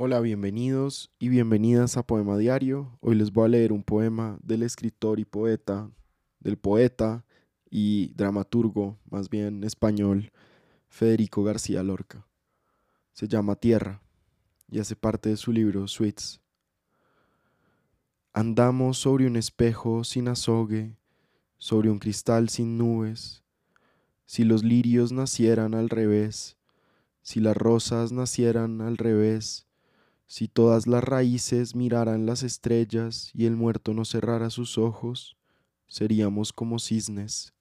Hola, bienvenidos y bienvenidas a Poema Diario. Hoy les voy a leer un poema del escritor y poeta, del poeta y dramaturgo, más bien español, Federico García Lorca. Se llama Tierra y hace parte de su libro Suites. Andamos sobre un espejo sin azogue, sobre un cristal sin nubes. Si los lirios nacieran al revés, si las rosas nacieran al revés, si todas las raíces miraran las estrellas y el muerto no cerrara sus ojos, seríamos como cisnes.